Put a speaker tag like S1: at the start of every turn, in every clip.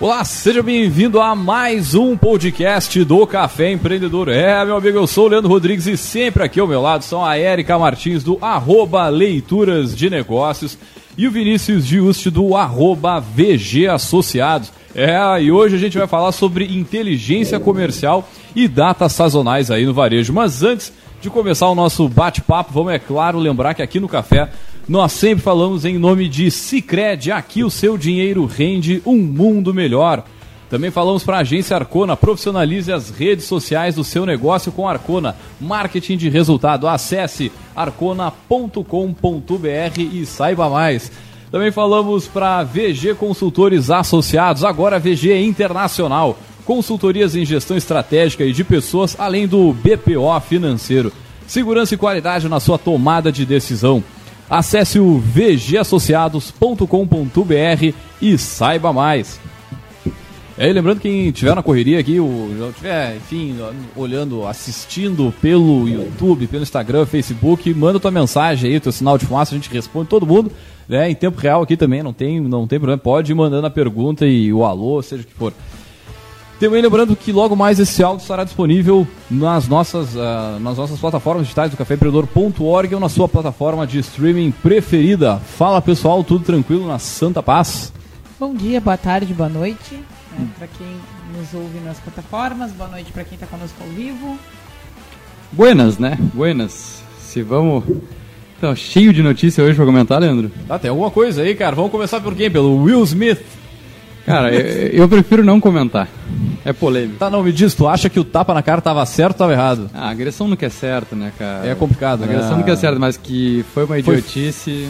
S1: Olá, seja bem-vindo a mais um podcast do Café Empreendedor. Meu amigo, eu sou o Leandro Rodrigues e sempre aqui ao meu lado são a Érica Martins do @Leituras de Negócios e o Vinícius Giusti do @VG Associados. E hoje a gente vai falar sobre inteligência comercial e datas sazonais aí no varejo. Mas antes de começar o nosso bate-papo, vamos, é claro, lembrar que aqui no Café nós sempre falamos em nome de Sicredi. Aqui o seu dinheiro rende um mundo melhor. Também falamos para a agência Arcona. Profissionalize as redes sociais do seu negócio com Arcona. Marketing de resultado. Acesse arcona.com.br e saiba mais. Também falamos para VG Consultores Associados. Agora VG Internacional. Consultorias em gestão estratégica e de pessoas, além do BPO financeiro. Segurança e qualidade na sua tomada de decisão. Acesse o vgassociados.com.br e saiba mais. Lembrando, quem estiver na correria aqui, estiver, enfim, olhando, assistindo pelo YouTube, pelo Instagram, Facebook, manda tua mensagem aí, teu sinal de fumaça, a gente responde todo mundo, né, em tempo real aqui também, não tem problema, pode ir mandando a pergunta e o alô, seja o que for. Também lembrando que logo mais esse áudio estará disponível nas nossas plataformas digitais do caféempreendedor.org ou na sua plataforma de streaming preferida. Fala, pessoal, tudo tranquilo na Santa Paz?
S2: Bom dia, boa tarde, boa noite, né, para quem nos ouve nas plataformas, boa noite para quem está conosco ao vivo.
S3: Buenas, né? Buenas. Se vamos... Então, cheio de notícia hoje para comentar, Leandro?
S1: Tem alguma coisa aí, cara. Vamos começar por quem? Pelo Will Smith.
S3: Cara, eu prefiro não comentar. É polêmico.
S1: Não me diz, tu acha que o tapa na cara estava certo ou estava errado?
S3: A agressão nunca é certa, né, cara?
S1: É complicado, né?
S3: A agressão nunca é certa, mas que foi uma idiotice.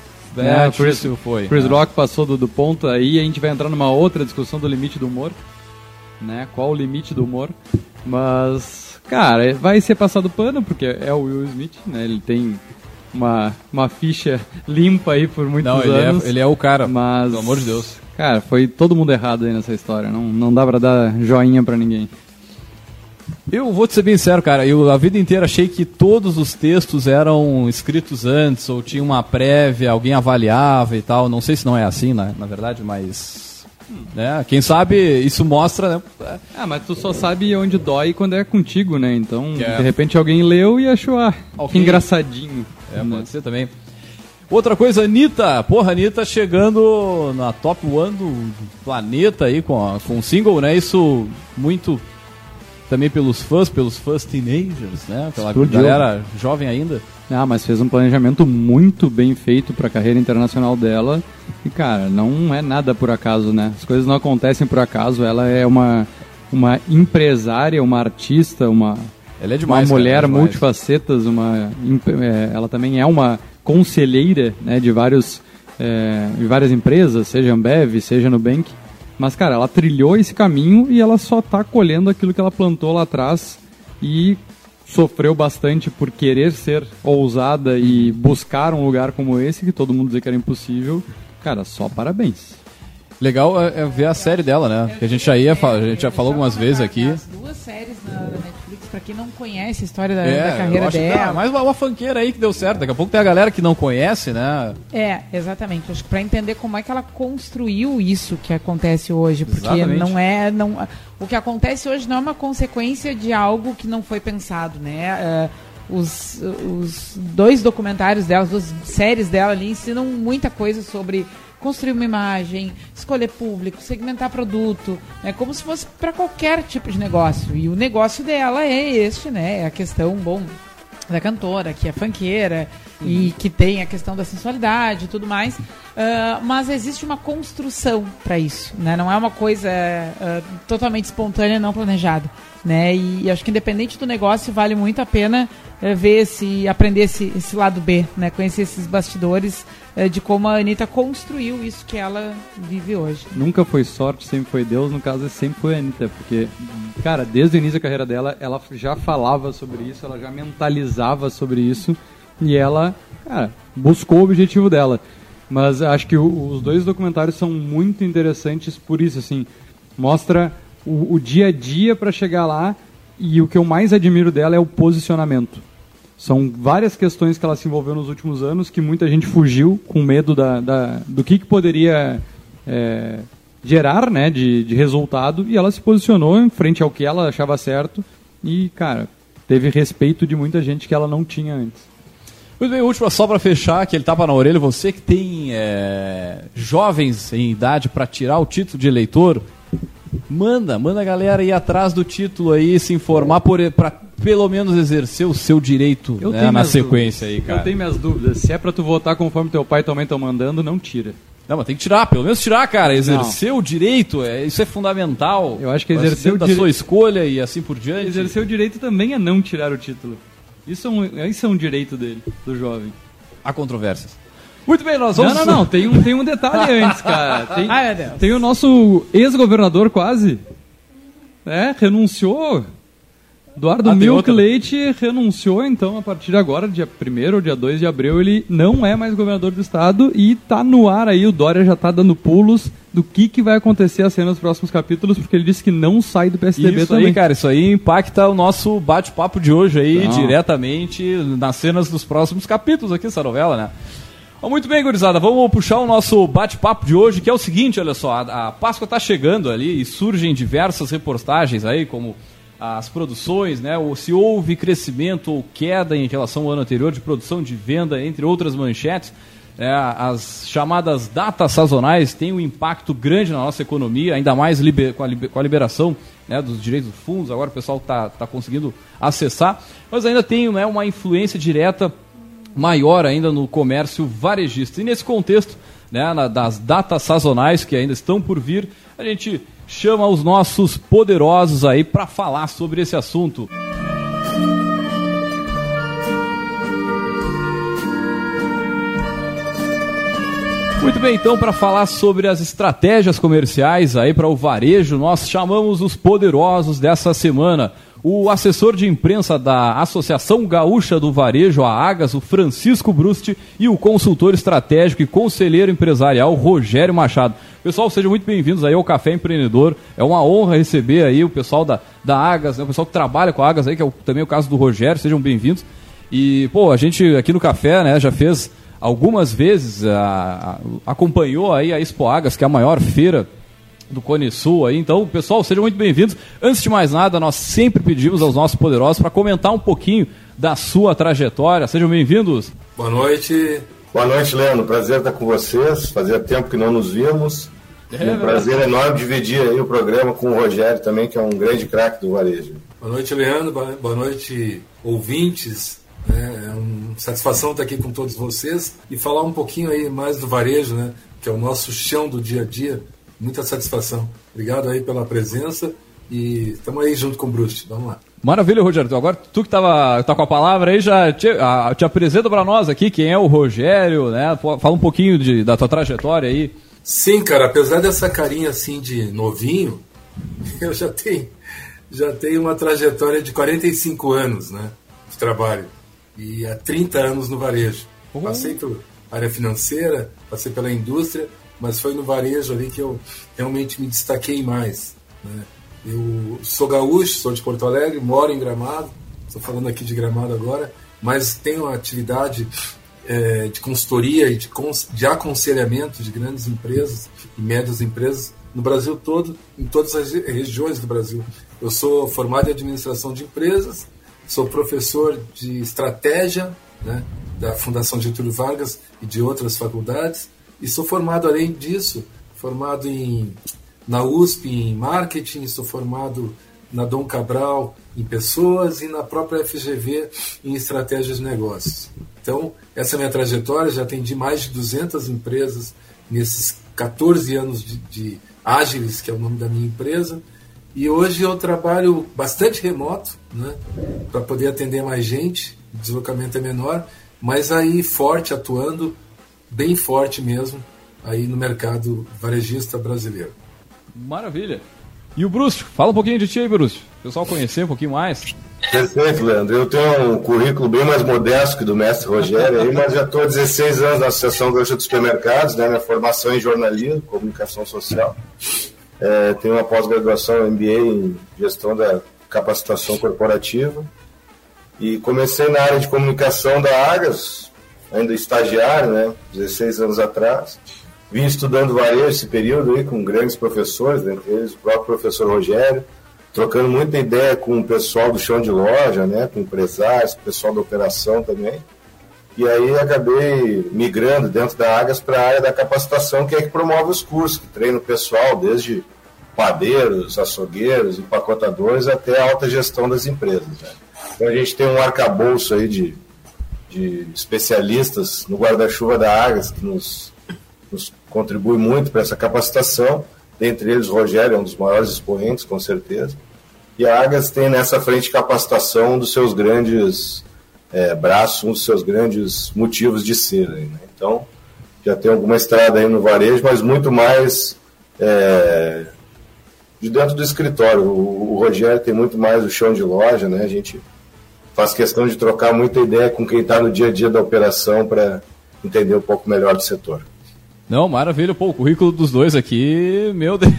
S3: Chris Rock passou do ponto aí, a gente vai entrar numa outra discussão do limite do humor, né? Qual o limite do humor? Mas, cara, vai ser passado pano, porque é o Will Smith, né? Ele tem uma ficha limpa aí por muitos anos.
S1: Ele é o cara,
S3: mas,
S1: pelo amor de Deus.
S3: Cara, foi todo mundo errado aí nessa história. Não dá pra dar joinha pra ninguém.
S1: Eu vou te ser bem sincero, cara. Eu a vida inteira achei que todos os textos eram escritos antes, ou tinha uma prévia, alguém avaliava e tal. Não sei se não é assim, né, na verdade, mas... né, quem sabe isso mostra, né?
S3: Mas tu só sabe onde dói quando é contigo, né? Então, de repente alguém leu e achou, que engraçadinho.
S1: Pode ser também. Outra coisa, Anitta chegando na top 1 do planeta aí com um single, né? Isso muito também pelos fãs teenagers, né? Pela galera jovem ainda.
S3: Mas fez um planejamento muito bem feito para a carreira internacional dela. E, cara, não é nada por acaso, né? As coisas não acontecem por acaso. Ela é uma empresária, uma artista,
S1: ela é demais,
S3: uma mulher
S1: cara,
S3: multifacetas, ela também é uma conselheira, né, de várias empresas, seja Ambev, seja Nubank. Mas, cara, ela trilhou esse caminho e ela só está colhendo aquilo que ela plantou lá atrás e sofreu bastante por querer ser ousada e buscar um lugar como esse, que todo mundo dizia que era impossível. Cara, só parabéns.
S1: Legal é ver a série dela, né? Que a gente já falou algumas vezes aqui.
S2: As duas séries na Netflix, pra quem não conhece a história da carreira dela.
S1: Mais uma fanqueira aí que deu certo. Daqui a pouco tem a galera que não conhece, né?
S2: Exatamente. Acho que pra entender como é que ela construiu isso que acontece hoje. Porque o que acontece hoje não é uma consequência de algo que não foi pensado, né? Os dois documentários dela, as duas séries dela ali ensinam muita coisa sobre construir uma imagem, escolher público, segmentar produto, né, como se fosse para qualquer tipo de negócio. E o negócio dela é este, né? É a questão, da cantora, que é funkeira e que tem a questão da sensualidade e tudo mais. Mas existe uma construção para isso, né? Não é uma coisa totalmente espontânea, não planejada, né? E acho que independente do negócio, vale muito a pena aprender esse lado B, né? Conhecer esses bastidores de como a Anitta construiu isso que ela vive hoje.
S3: Nunca foi sorte, sempre foi Deus. No caso, sempre foi a Anitta, porque, cara, desde o início da carreira dela, ela já falava sobre isso, ela já mentalizava sobre isso e ela, cara, buscou o objetivo dela. Mas acho que os dois documentários são muito interessantes por isso, assim, mostra o dia a dia para chegar lá, e o que eu mais admiro dela é o posicionamento. São várias questões que ela se envolveu nos últimos anos que muita gente fugiu com medo do que poderia gerar, né, de resultado, e ela se posicionou em frente ao que ela achava certo e, cara, teve respeito de muita gente que ela não tinha antes.
S1: Muito bem, última só para fechar, aquele tapa na orelha, você que tem jovens em idade para tirar o título de eleitor, manda a galera ir atrás do título aí, se informar para pelo menos exercer o seu direito, né, na sequência aí, cara.
S3: Eu tenho minhas dúvidas, se é para tu votar conforme teu pai e tua mãe estão mandando, não tira.
S1: Não, mas tem que tirar, pelo menos tirar, cara, exercer o direito, isso é fundamental.
S3: Eu acho que exercer o
S1: direito da sua escolha e assim por diante.
S3: Exercer o direito também é não tirar o título. Isso é um direito dele, do jovem.
S1: Há controvérsias. Muito bem, nós vamos...
S3: Não, tem um detalhe antes, cara. Tem o nosso ex-governador quase, renunciou. Eduardo Milk Leite renunciou, então, a partir de agora, dia 1º ou dia 2 de abril, ele não é mais governador do estado e tá no ar aí, o Dória já tá dando pulos do que vai acontecer a ser nos próximos capítulos, porque ele disse que não sai do PSDB
S1: isso
S3: também.
S1: Aí, cara, isso aí impacta o nosso bate-papo de hoje aí, diretamente nas cenas dos próximos capítulos aqui dessa novela, né? Muito bem, gurizada, vamos puxar o nosso bate-papo de hoje, que é o seguinte, olha só, a Páscoa tá chegando ali e surgem diversas reportagens aí, como as produções, né, ou se houve crescimento ou queda em relação ao ano anterior de produção, de venda, entre outras manchetes. As chamadas datas sazonais têm um impacto grande na nossa economia, ainda mais com a liberação, né, dos direitos dos fundos, agora o pessoal está conseguindo acessar, mas ainda tem, né, uma influência direta maior ainda no comércio varejista. E nesse contexto, né, das datas sazonais que ainda estão por vir, a gente chama os nossos poderosos aí para falar sobre esse assunto. Muito bem, então, para falar sobre as estratégias comerciais aí para o varejo, nós chamamos os poderosos dessa semana. O assessor de imprensa da Associação Gaúcha do Varejo, a AGAS, o Francisco Brusti, e o consultor estratégico e conselheiro empresarial, Rogério Machado. Pessoal, sejam muito bem-vindos aí ao Café Empreendedor. É uma honra receber aí o pessoal da AGAS, né, o pessoal que trabalha com a AGAS aí, que é também o caso do Rogério, sejam bem-vindos. E, a gente aqui no Café, né, já fez algumas vezes, acompanhou aí a Expo AGAS, que é a maior feira do Cone Sul aí. Então, pessoal, sejam muito bem-vindos. Antes de mais nada, nós sempre pedimos aos nossos poderosos para comentar um pouquinho da sua trajetória. Sejam bem-vindos.
S4: Boa noite. Boa noite, Leandro. Prazer estar com vocês. Fazia tempo que não nos vimos. Um prazer enorme dividir aí o programa com o Rogério também, que é um grande craque do varejo. Boa noite, Leandro. Boa noite, ouvintes. É uma satisfação estar aqui com todos vocês e falar um pouquinho aí mais do varejo, né, que é o nosso chão do dia a dia. Muita satisfação. Obrigado aí pela presença e estamos aí junto com o Bruce. Vamos lá.
S1: Maravilha, Rogério. Agora tu que tá com a palavra aí, já te apresenta para nós aqui quem é o Rogério, né? Fala um pouquinho da tua trajetória aí.
S4: Sim, cara, apesar dessa carinha assim de novinho, eu já tenho uma trajetória de 45 anos, né, de trabalho e há 30 anos no varejo. Passei pela área financeira, passei pela indústria, mas foi no varejo ali que eu realmente me destaquei mais, né? Eu sou gaúcho, sou de Porto Alegre, moro em Gramado, estou falando aqui de Gramado agora, mas tenho uma atividade de consultoria e de aconselhamento de grandes empresas e médias empresas no Brasil todo, em todas as regiões do Brasil. Eu sou formado em administração de empresas, sou professor de estratégia, né, da Fundação Getúlio Vargas e de outras faculdades, e sou formado, além disso, formado na USP em marketing, sou formado na Dom Cabral em pessoas e na própria FGV em estratégias de negócios. Então, essa é a minha trajetória, já atendi mais de 200 empresas nesses 14 anos de Ágiles, que é o nome da minha empresa, e hoje eu trabalho bastante remoto, né, para poder atender mais gente, o deslocamento é menor, mas aí forte, atuando bem forte mesmo aí no mercado varejista brasileiro.
S1: Maravilha. E o Bruce, fala um pouquinho de ti aí, Bruce. O pessoal conhecer um pouquinho mais.
S4: Perfeito, Leandro. Eu tenho um currículo bem mais modesto que do mestre Rogério aí, mas já estou há 16 anos na Associação Gaúcha dos Supermercados, né, minha formação em jornalismo, comunicação social. Tenho uma pós-graduação MBA em gestão da capacitação corporativa e comecei na área de comunicação da AGAS, ainda estagiário, né, 16 anos atrás,
S5: vim estudando varejo esse período aí com grandes professores, dentre eles o próprio professor Rogério, trocando muita ideia com o pessoal do chão de loja, né, com empresários, com o pessoal da operação também. E aí acabei migrando dentro da Agas para a área da capacitação, que é que promove os cursos, que treina o pessoal desde padeiros, açougueiros, empacotadores até a alta gestão das empresas. Né? Então a gente tem um arcabouço aí de especialistas no guarda-chuva da Agas que nos contribui muito para essa capacitação. Dentre eles, o Rogério é um dos maiores expoentes, com certeza. E a Agas tem nessa frente de capacitação um dos seus grandes braços, um dos seus grandes motivos de ser. Aí, né? Então, já tem alguma estrada aí no varejo, mas muito mais de dentro do escritório. O Rogério tem muito mais o chão de loja, né? A gente faz questão de trocar muita ideia com quem está no dia a dia da operação para entender um pouco melhor do setor.
S1: Não, maravilha. Pô, o currículo dos dois aqui, meu Deus.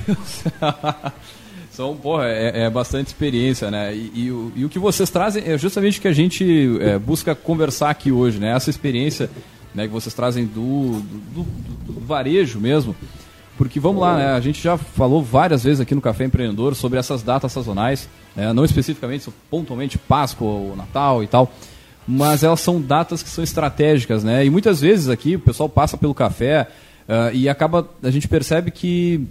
S1: É bastante experiência, né? E o que vocês trazem é justamente o que a gente busca conversar aqui hoje, né? Essa experiência, né, que vocês trazem do varejo mesmo. Porque, vamos lá, né? A gente já falou várias vezes aqui no Café Empreendedor sobre essas datas sazonais, né? Não especificamente, pontualmente Páscoa ou Natal e tal, mas elas são datas que são estratégicas, né? E muitas vezes aqui o pessoal passa pelo café e a gente percebe que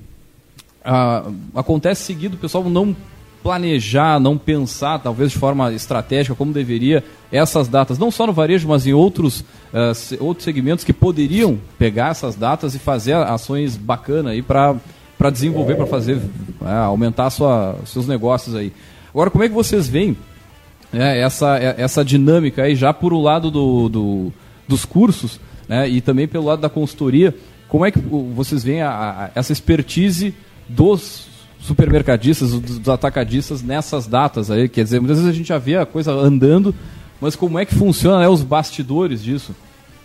S1: acontece seguido o pessoal não planejar, não pensar, talvez de forma estratégica como deveria, essas datas, não só no varejo, mas em outros segmentos que poderiam pegar essas datas e fazer ações bacanas aí para desenvolver, para fazer aumentar seus negócios aí. Agora, como é que vocês veem essa dinâmica aí já por o lado dos cursos, né, e também pelo lado da consultoria? Como é que vocês veem essa expertise dos supermercadistas, dos atacadistas nessas datas aí? Quer dizer, muitas vezes a gente já vê a coisa andando, mas como é que funciona, né, os bastidores disso?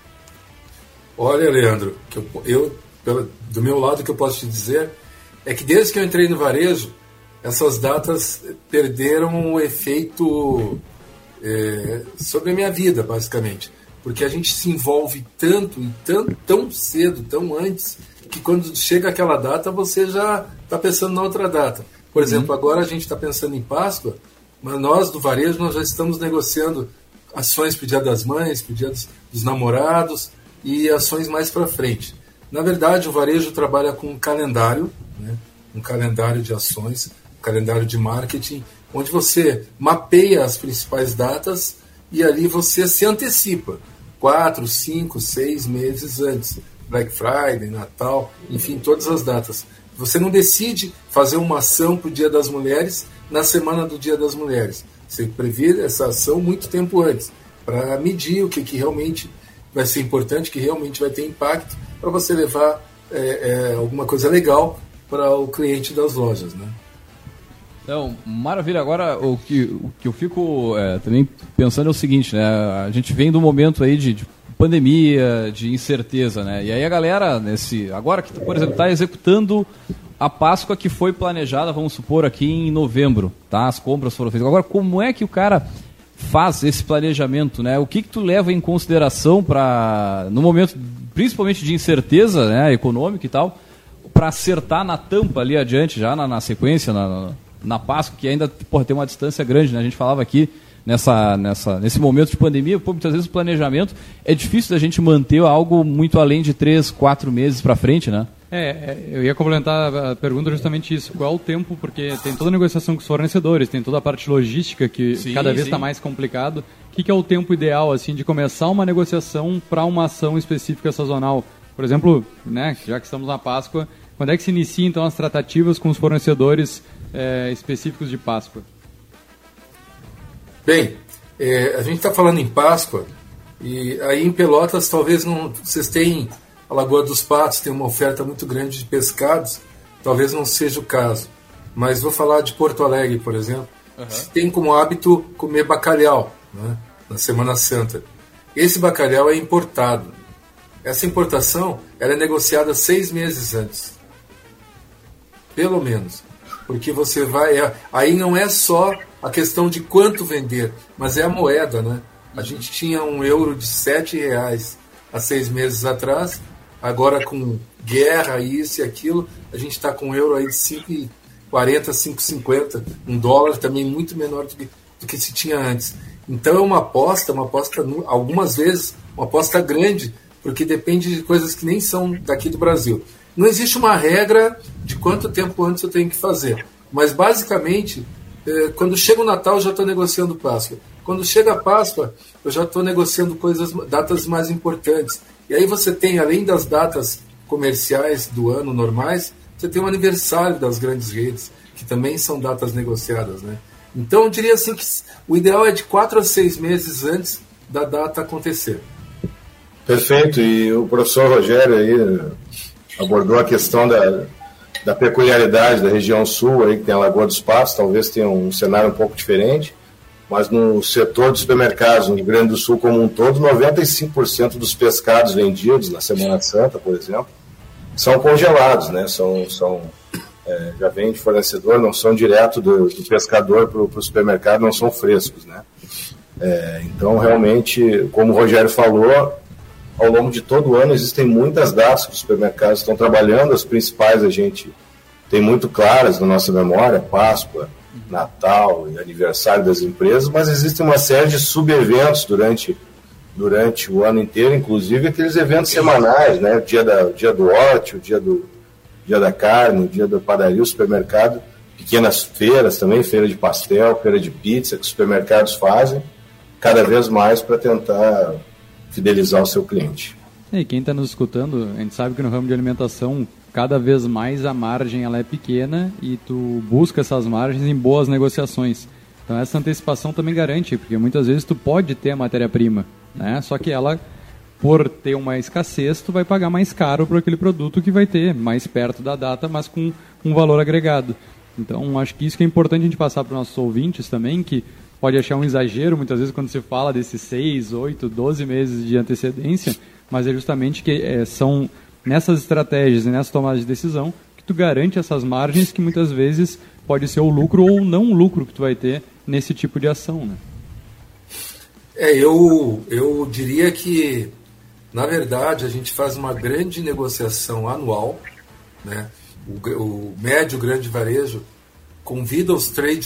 S4: Olha, Leandro, do meu lado, o que eu posso te dizer é que desde que eu entrei no varejo, essas datas perderam o efeito sobre a minha vida, basicamente. Porque a gente se envolve tanto e tão cedo, tão antes, que quando chega aquela data, você já está pensando na outra data. Por exemplo, agora a gente está pensando em Páscoa, mas nós do varejo nós já estamos negociando ações para o Dia das Mães, para o Dia dos Namorados e ações mais para frente. Na verdade, o varejo trabalha com um calendário, né? Um calendário de ações, um calendário de marketing, onde você mapeia as principais datas e ali você se antecipa 4, 5, 6 meses antes. Black Friday, Natal, enfim, todas as datas. Você não decide fazer uma ação para o Dia das Mulheres na semana do Dia das Mulheres. Você prevê essa ação muito tempo antes, para medir o que realmente vai ser importante, que realmente vai ter impacto, para você levar alguma coisa legal para o cliente das lojas, né?
S1: Então, maravilha. Agora, o que eu fico também pensando é o seguinte, né? A gente vem do momento aí de pandemia, de incerteza, né? E aí a galera, agora que, por exemplo, está executando a Páscoa que foi planejada, vamos supor, aqui em novembro, tá? As compras foram feitas. Agora, como é que o cara faz esse planejamento, né? O que tu leva em consideração para, no momento, principalmente de incerteza, né, econômica e tal, para acertar na tampa ali adiante, já na sequência, na Páscoa, que ainda tem uma distância grande, né? A gente falava aqui nesse momento de pandemia, muitas vezes o planejamento é difícil da gente manter algo muito além de 3, 4 meses para frente, né?
S3: Eu ia complementar a pergunta justamente isso. Qual é o tempo? Porque tem toda a negociação com os fornecedores, tem toda a parte logística que cada vez está mais complicado. O que é o tempo ideal assim de começar uma negociação para uma ação específica sazonal? Por exemplo, né, já que estamos na Páscoa, quando é que se inicia então as tratativas com os fornecedores específicos de Páscoa?
S4: Bem, a gente está falando em Páscoa, e aí em Pelotas talvez não, vocês têm a Lagoa dos Patos, tem uma oferta muito grande de pescados, talvez não seja o caso. Mas vou falar de Porto Alegre, por exemplo, tem como hábito comer bacalhau, né, na Semana Santa. Esse bacalhau é importado. Essa importação ela é negociada 6 meses antes, pelo menos. Porque você vai... aí não é só a questão de quanto vender, mas é a moeda, né? A gente tinha um euro de R$7 há 6 meses atrás, agora com guerra, isso e aquilo, a gente está com um euro aí de 5,40, 5,50, um dólar também muito menor do que se tinha antes. Então é uma aposta, algumas vezes, uma aposta grande, porque depende de coisas que nem são daqui do Brasil. Não existe uma regra de quanto tempo antes eu tenho que fazer, mas basicamente, quando chega o Natal eu já estou negociando Páscoa. Quando chega a Páscoa, eu já estou negociando datas mais importantes. E aí você tem, além das datas comerciais do ano normais, você tem o aniversário das grandes redes, que também são datas negociadas, né? Então eu diria assim que o ideal é de 4 a 6 meses antes da data acontecer.
S5: Perfeito, e o professor Rogério aí abordou a questão da peculiaridade da região sul, aí, que tem a Lagoa dos Patos, talvez tenha um cenário um pouco diferente, mas no setor dos supermercados, no Rio Grande do Sul como um todo, 95% dos pescados vendidos na Semana Santa, por exemplo, são congelados, né? Já vem de fornecedor, não são direto do pescador para o supermercado, não são frescos, né? Então, realmente, como o Rogério falou, ao longo de todo o ano existem muitas datas que os supermercados estão trabalhando, as principais a gente tem muito claras na nossa memória, Páscoa, Natal e aniversário das empresas, mas existe uma série de subeventos durante o ano inteiro, inclusive aqueles eventos semanais, né? O dia do horte, o dia da carne, o dia da padaria, o supermercado, pequenas feiras também, feira de pastel, feira de pizza, que os supermercados fazem cada vez mais para tentar fidelizar o seu cliente.
S3: E quem está nos escutando, a gente sabe que no ramo de alimentação, cada vez mais a margem ela é pequena e tu busca essas margens em boas negociações. Então essa antecipação também garante, porque muitas vezes tu pode ter a matéria-prima, né? Só que ela, por ter uma escassez, tu vai pagar mais caro por aquele produto que vai ter mais perto da data, mas com um valor agregado. Então acho que isso que é importante a gente passar para os nossos ouvintes também, que pode achar um exagero muitas vezes quando se fala desses 6, 8, 12 meses de antecedência, mas é justamente que são nessas estratégias e nessas tomadas de decisão que tu garante essas margens que muitas vezes pode ser o lucro ou não o lucro que tu vai ter nesse tipo de ação, né?
S4: Eu diria que, na verdade, a gente faz uma grande negociação anual, né? O médio grande varejo convida os trade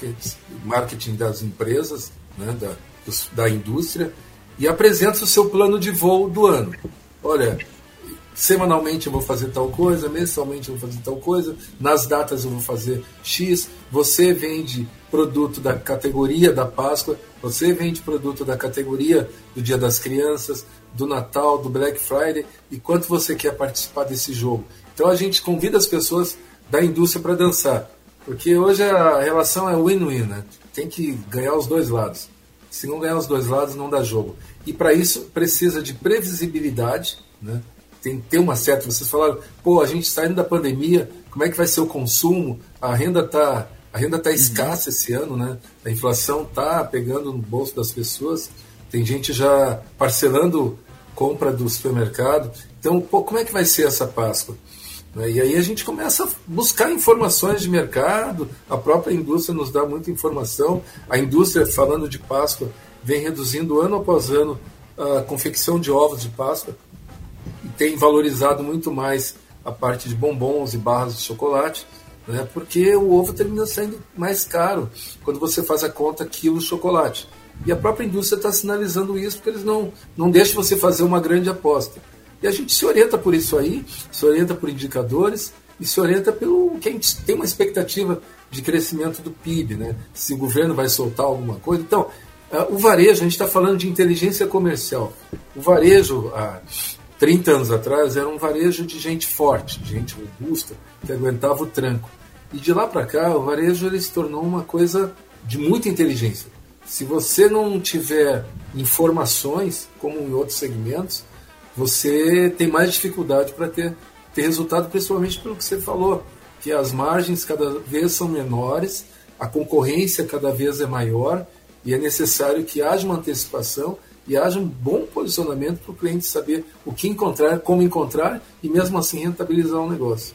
S4: marketing das empresas, né, da indústria, e apresenta o seu plano de voo do ano. Olha, semanalmente eu vou fazer tal coisa, mensalmente eu vou fazer tal coisa, nas datas eu vou fazer X, você vende produto da categoria da Páscoa, você vende produto da categoria do Dia das Crianças, do Natal, do Black Friday, e quanto você quer participar desse jogo. Então a gente convida as pessoas da indústria para dançar, porque hoje a relação é win-win, né? Tem que ganhar os dois lados. Se não ganhar os dois lados, não dá jogo. E para isso precisa de previsibilidade, né? Tem que ter uma certa... Vocês falaram, a gente está indo da pandemia, como é que vai ser o consumo? A renda tá escassa esse ano, né? A inflação está pegando no bolso das pessoas. Tem gente já parcelando compra do supermercado. Então, como é que vai ser essa Páscoa? E aí a gente começa a buscar informações de mercado, a própria indústria nos dá muita informação. A indústria, falando de Páscoa, vem reduzindo ano após ano a confecção de ovos de Páscoa e tem valorizado muito mais a parte de bombons e barras de chocolate, né, porque o ovo termina saindo mais caro quando você faz a conta quilo de chocolate. E a própria indústria está sinalizando isso, porque eles não deixam você fazer uma grande aposta. E a gente se orienta por isso aí, se orienta por indicadores e se orienta pelo que a gente tem uma expectativa de crescimento do PIB, né? Se o governo vai soltar alguma coisa. Então, o varejo, a gente está falando de inteligência comercial. O varejo, há 30 anos atrás, era um varejo de gente forte, de gente robusta, que aguentava o tranco. E de lá para cá, o varejo ele se tornou uma coisa de muita inteligência. Se você não tiver informações, como em outros segmentos, você tem mais dificuldade para ter resultado, principalmente pelo que você falou, que as margens cada vez são menores, a concorrência cada vez é maior e é necessário que haja uma antecipação e haja um bom posicionamento para o cliente saber o que encontrar, como encontrar e mesmo assim rentabilizar o negócio.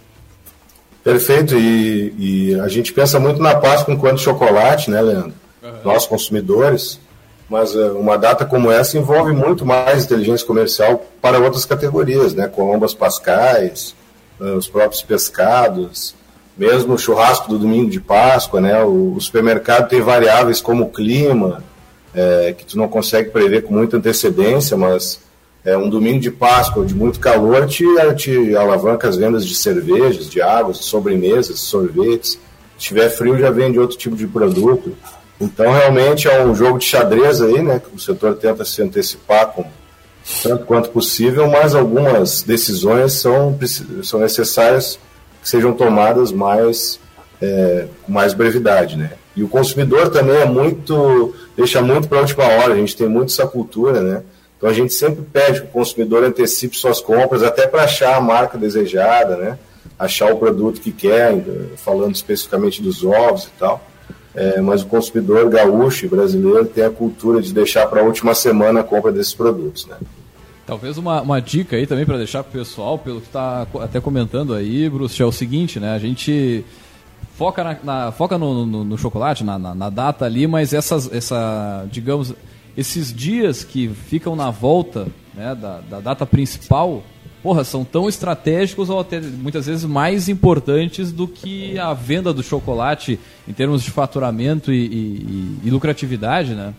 S5: Perfeito, e a gente pensa muito na Páscoa enquanto chocolate, né, Leandro? Nós consumidores, Mas uma data como essa envolve muito mais inteligência comercial para outras categorias, né? Colombas pascais, os próprios pescados, mesmo o churrasco do domingo de Páscoa, né? O supermercado tem variáveis como o clima, que tu não consegue prever com muita antecedência, mas um domingo de Páscoa de muito calor te alavanca as vendas de cervejas, de águas, de sobremesas, de sorvetes. Se tiver frio já vende outro tipo de produto. Então, realmente é um jogo de xadrez aí, né, que o setor tenta se antecipar tanto quanto possível, mas algumas decisões são necessárias que sejam tomadas com mais brevidade, né. E o consumidor também deixa muito para a última hora, a gente tem muito essa cultura, né. Então, a gente sempre pede que o consumidor antecipe suas compras, até para achar a marca desejada, né, achar o produto que quer, falando especificamente dos ovos e tal. Mas o consumidor gaúcho e brasileiro tem a cultura de deixar para a última semana a compra desses produtos, né?
S1: Talvez uma dica aí também para deixar para o pessoal, pelo que está até comentando aí, Bruce, é o seguinte, né? A gente foca no chocolate, na data ali, mas digamos, esses dias que ficam na volta, né, da data principal, são tão estratégicos ou até muitas vezes mais importantes do que a venda do chocolate em termos de faturamento e lucratividade, né?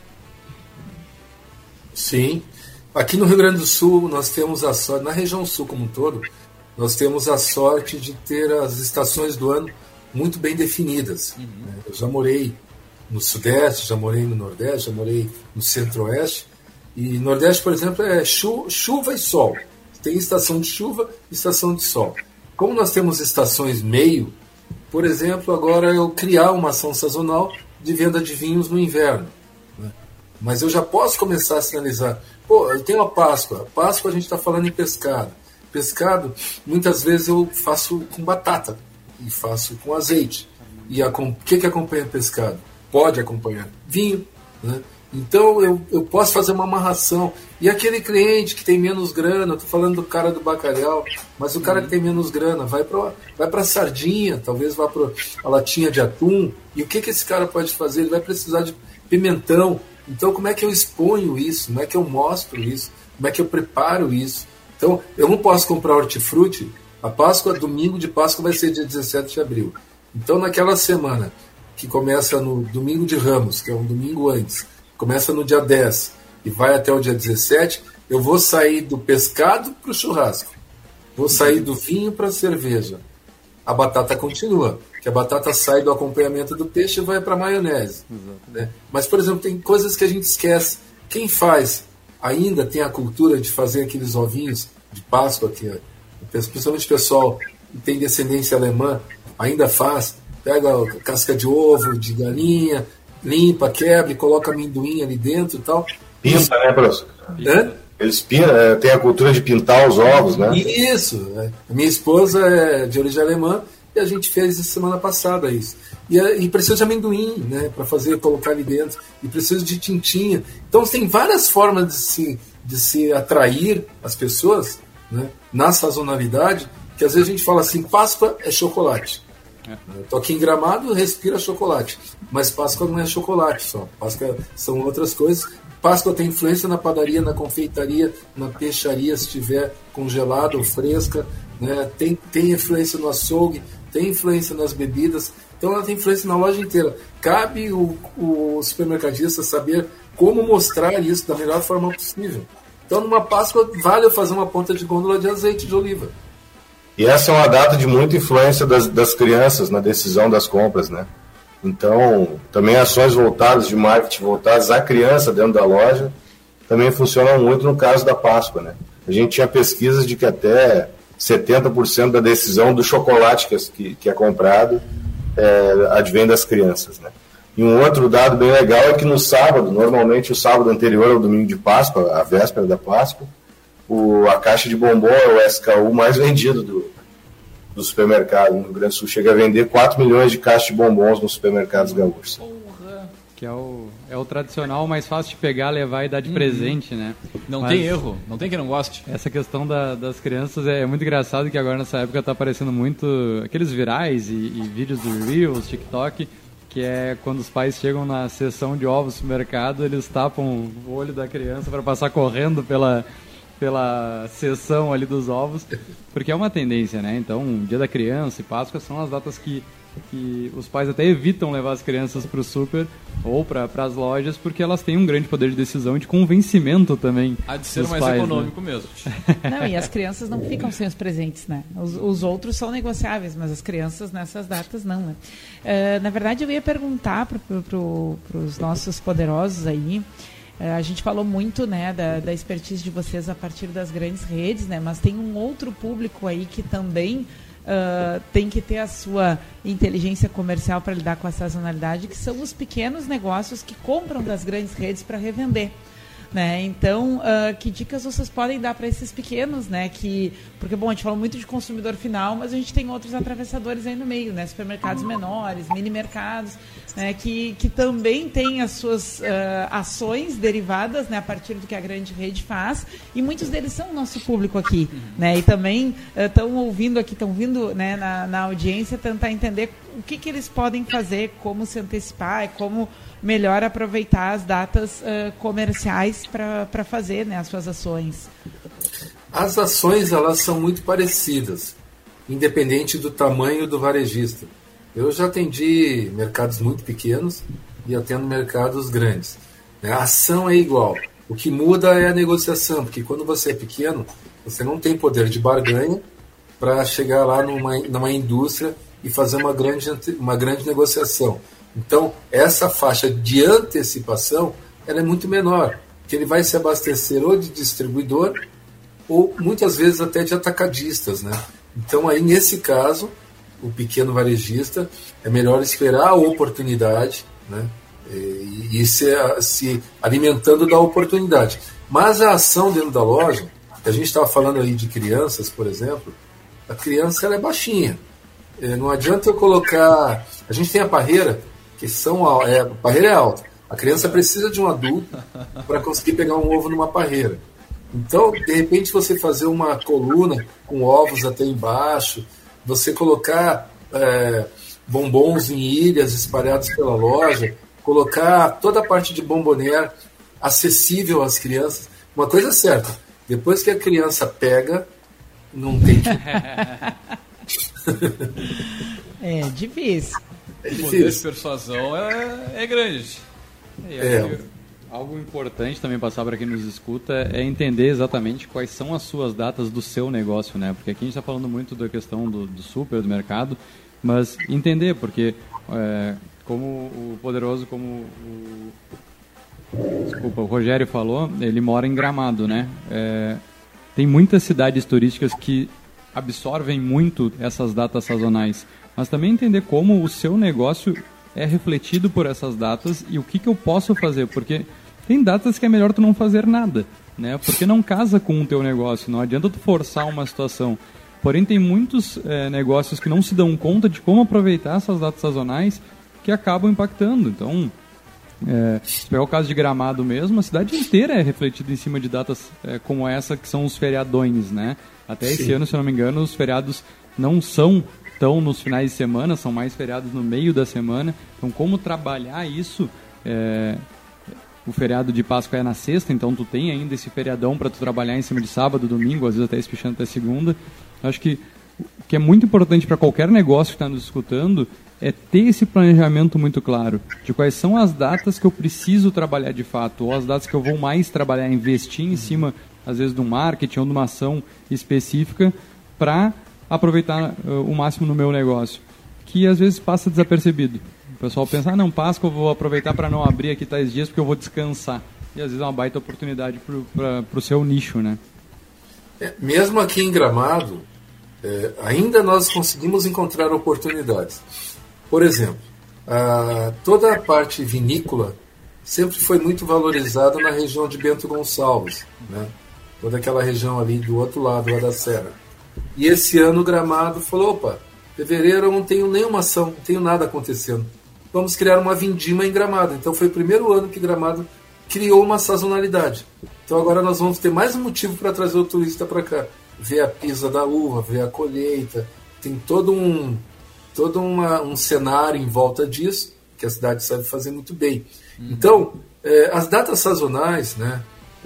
S4: Sim. Aqui no Rio Grande do Sul nós temos a sorte, na região sul como um todo, nós temos a sorte de ter as estações do ano muito bem definidas. Eu já morei no Sudeste, já morei no Nordeste, já morei no Centro-Oeste. E Nordeste, por exemplo, é chuva e sol. Tem estação de chuva e estação de sol. Como nós temos estações meio, por exemplo, agora eu criar uma ação sazonal de venda de vinhos no inverno, né? Mas eu já posso começar a sinalizar. Eu tenho a Páscoa. Páscoa a gente está falando em pescado. Pescado, muitas vezes eu faço com batata e faço com azeite. E o que acompanha pescado? Pode acompanhar vinho, né? Então eu posso fazer uma amarração. E aquele cliente que tem menos grana, estou falando do cara do bacalhau, mas o cara que tem menos grana vai para a sardinha, talvez vá para a latinha de atum. E o que esse cara pode fazer? Ele vai precisar de pimentão. Então como é que eu exponho isso? Como é que eu mostro isso? Como é que eu preparo isso? Então eu não posso comprar hortifruti. A Páscoa, domingo de Páscoa vai ser dia 17 de abril. Então naquela semana que começa no domingo de Ramos, que é um domingo antes, começa no dia 10 e vai até o dia 17, eu vou sair do pescado para o churrasco. Vou sair do vinho para a cerveja. A batata continua, que a batata sai do acompanhamento do peixe e vai para a maionese. Né? Mas, por exemplo, tem coisas que a gente esquece. Quem faz ainda tem a cultura de fazer aqueles ovinhos de Páscoa, que principalmente o pessoal que tem descendência alemã ainda faz. Pega a casca de ovo, de galinha, limpa, quebra e coloca amendoim ali dentro e tal.
S5: Pinta, né, professor? Eles têm a cultura de pintar os ovos, né?
S4: Isso. A minha esposa é de origem alemã e a gente fez semana passada isso. E precisa de amendoim, né, para colocar ali dentro. E precisa de tintinha. Então tem várias formas de se atrair as pessoas, né, na sazonalidade, que às vezes a gente fala assim, Páscoa é chocolate. Estou aqui em Gramado, respira chocolate. Mas Páscoa não é chocolate só. Páscoa são outras coisas. Páscoa tem influência na padaria, na confeitaria, na peixaria, se estiver congelada ou fresca. Né? Tem influência no açougue, tem influência nas bebidas. Então ela tem influência na loja inteira. Cabe o supermercadista saber como mostrar isso da melhor forma possível. Então numa Páscoa vale eu fazer uma ponta de gôndola de azeite de oliva.
S5: E essa é uma data de muita influência das crianças na decisão das compras, né? Então, também ações voltadas de marketing, voltadas à criança dentro da loja, também funcionam muito no caso da Páscoa, né? A gente tinha pesquisas de que até 70% da decisão do chocolate que é comprado advém das crianças, né? E um outro dado bem legal é que no sábado, normalmente o sábado anterior ao domingo de Páscoa, a véspera da Páscoa, a caixa de bombom é o SKU mais vendido do supermercado no Rio Grande do Sul. Chega a vender 4 milhões de caixas de bombons nos supermercados gaúchos.
S3: Que é o tradicional, mais fácil de pegar, levar e dar de presente, né?
S1: Não tem erro, não tem quem não goste.
S3: Essa questão das crianças é muito engraçado, que agora nessa época tá aparecendo muito aqueles virais e vídeos do Reels, TikTok, que é quando os pais chegam na seção de ovos do supermercado, eles tapam o olho da criança para passar correndo pela seção ali dos ovos, porque é uma tendência, né? Então, Dia da Criança e Páscoa são as datas que os pais até evitam levar as crianças para o super ou para as lojas, porque elas têm um grande poder de decisão e de convencimento também.
S1: Há de ser mais
S3: pais,
S1: econômico, né? Mesmo.
S2: Não, e as crianças não ficam sem os presentes, né? Os outros são negociáveis, mas as crianças nessas datas não, né? Na verdade, eu ia perguntar para os nossos poderosos aí. A gente falou muito, né, da expertise de vocês a partir das grandes redes, né? Mas tem um outro público aí que também tem que ter a sua inteligência comercial para lidar com a sazonalidade, que são os pequenos negócios que compram das grandes redes para revender. Né? Então, que dicas vocês podem dar para esses pequenos, né? Porque, bom, a gente falou muito de consumidor final, mas a gente tem outros atravessadores aí no meio, né? Supermercados menores, mini mercados, né? Que também têm as suas ações derivadas, né? A partir do que a grande rede faz, e muitos deles são o nosso público aqui, né? E também estão ouvindo aqui, estão vindo, né, na audiência tentar entender o que eles podem fazer, como se antecipar e como melhor aproveitar as datas comerciais para fazer, né, as suas ações.
S4: As ações, elas são muito parecidas, independente do tamanho do varejista. Eu já atendi mercados muito pequenos e atendo mercados grandes. A ação é igual. O que muda é a negociação, porque quando você é pequeno, você não tem poder de barganha para chegar lá numa indústria e fazer uma grande negociação. Então, essa faixa de antecipação ela é muito menor, porque ele vai se abastecer ou de distribuidor ou muitas vezes até de atacadistas, né? Então, aí nesse caso, o pequeno varejista é melhor esperar a oportunidade, né? E se alimentando da oportunidade. Mas a ação dentro da loja, a gente estava falando aí de crianças, por exemplo, a criança ela é baixinha. Não adianta eu colocar... A gente tem a parreira, a parreira é alta. A criança precisa de um adulto para conseguir pegar um ovo numa parreira. Então, de repente, você fazer uma coluna com ovos até embaixo, você colocar bombons em ilhas espalhados pela loja, colocar toda a parte de bombonier acessível às crianças. Uma coisa é certa, depois que a criança pega, não tem que...
S2: É difícil.
S1: O poder de persuasão é grande.
S3: Algo importante também passar para quem nos escuta é entender exatamente quais são as suas datas do seu negócio, né? Porque aqui a gente está falando muito da questão do super, do mercado, mas entender, porque como o poderoso, o Rogério falou, ele mora em Gramado, né? Tem muitas cidades turísticas que absorvem muito essas datas sazonais, mas também entender como o seu negócio é refletido por essas datas e o que eu posso fazer, porque tem datas que é melhor tu não fazer nada, né? Porque não casa com o teu negócio, não adianta tu forçar uma situação. Porém, tem muitos negócios que não se dão conta de como aproveitar essas datas sazonais que acabam impactando. Então, se pegar o caso de Gramado mesmo, a cidade inteira é refletida em cima de datas como essa, que são os feriadões, né? Até esse ano, se eu não me engano, os feriados não são tão nos finais de semana, são mais feriados no meio da semana. Então, como trabalhar isso? O feriado de Páscoa é na sexta, então tu tem ainda esse feriadão para tu trabalhar em cima de sábado, domingo, às vezes até espichando até segunda. Acho que o que é muito importante para qualquer negócio que está nos escutando é ter esse planejamento muito claro de quais são as datas que eu preciso trabalhar de fato, ou as datas que eu vou mais trabalhar, investir em cima, às vezes, do marketing ou de uma ação específica para aproveitar o máximo no meu negócio, que às vezes passa desapercebido. O pessoal pensa, não, Páscoa eu vou aproveitar para não abrir aqui tais dias porque eu vou descansar. E às vezes é uma baita oportunidade para o seu nicho, né?
S4: Mesmo aqui em Gramado, ainda nós conseguimos encontrar oportunidades. Por exemplo, toda a parte vinícola sempre foi muito valorizada na região de Bento Gonçalves, né? Toda aquela região ali do outro lado, lá da serra. E esse ano o Gramado falou, opa, fevereiro eu não tenho nenhuma ação, não tenho nada acontecendo. Vamos criar uma vindima em Gramado. Então foi o primeiro ano que Gramado criou uma sazonalidade. Então agora nós vamos ter mais um motivo para trazer o turista para cá. Ver a pisa da uva, ver a colheita. Tem todo um cenário em volta disso que a cidade sabe fazer muito bem. Então, as datas sazonais, né,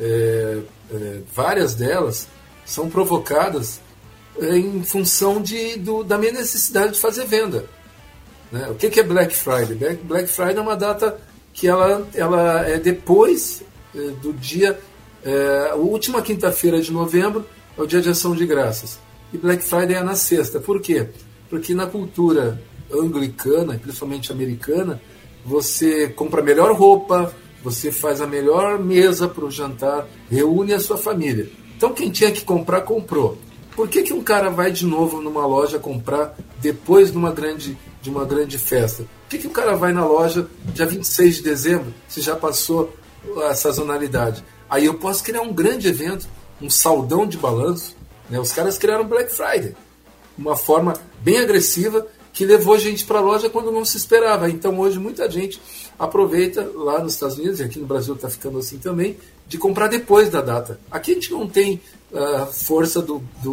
S4: várias delas são provocadas em função da minha necessidade de fazer venda. Né? O que é Black Friday? Black Friday é uma data que ela é depois do dia... a última quinta-feira de novembro é o dia de ação de graças. E Black Friday é na sexta. Por quê? Porque na cultura anglicana, principalmente americana, você compra a melhor roupa, você faz a melhor mesa para o jantar, reúne a sua família. Então quem tinha que comprar, comprou. Por que um cara vai de novo numa loja comprar depois de uma grande festa? Por que o cara vai na loja dia 26 de dezembro, se já passou a sazonalidade? Aí eu posso criar um grande evento, um saldão de balanço. Né? Os caras criaram Black Friday, uma forma bem agressiva que levou gente para a loja quando não se esperava. Então hoje muita gente aproveita lá nos Estados Unidos, e aqui no Brasil está ficando assim também, de comprar depois da data. Aqui a gente não tem força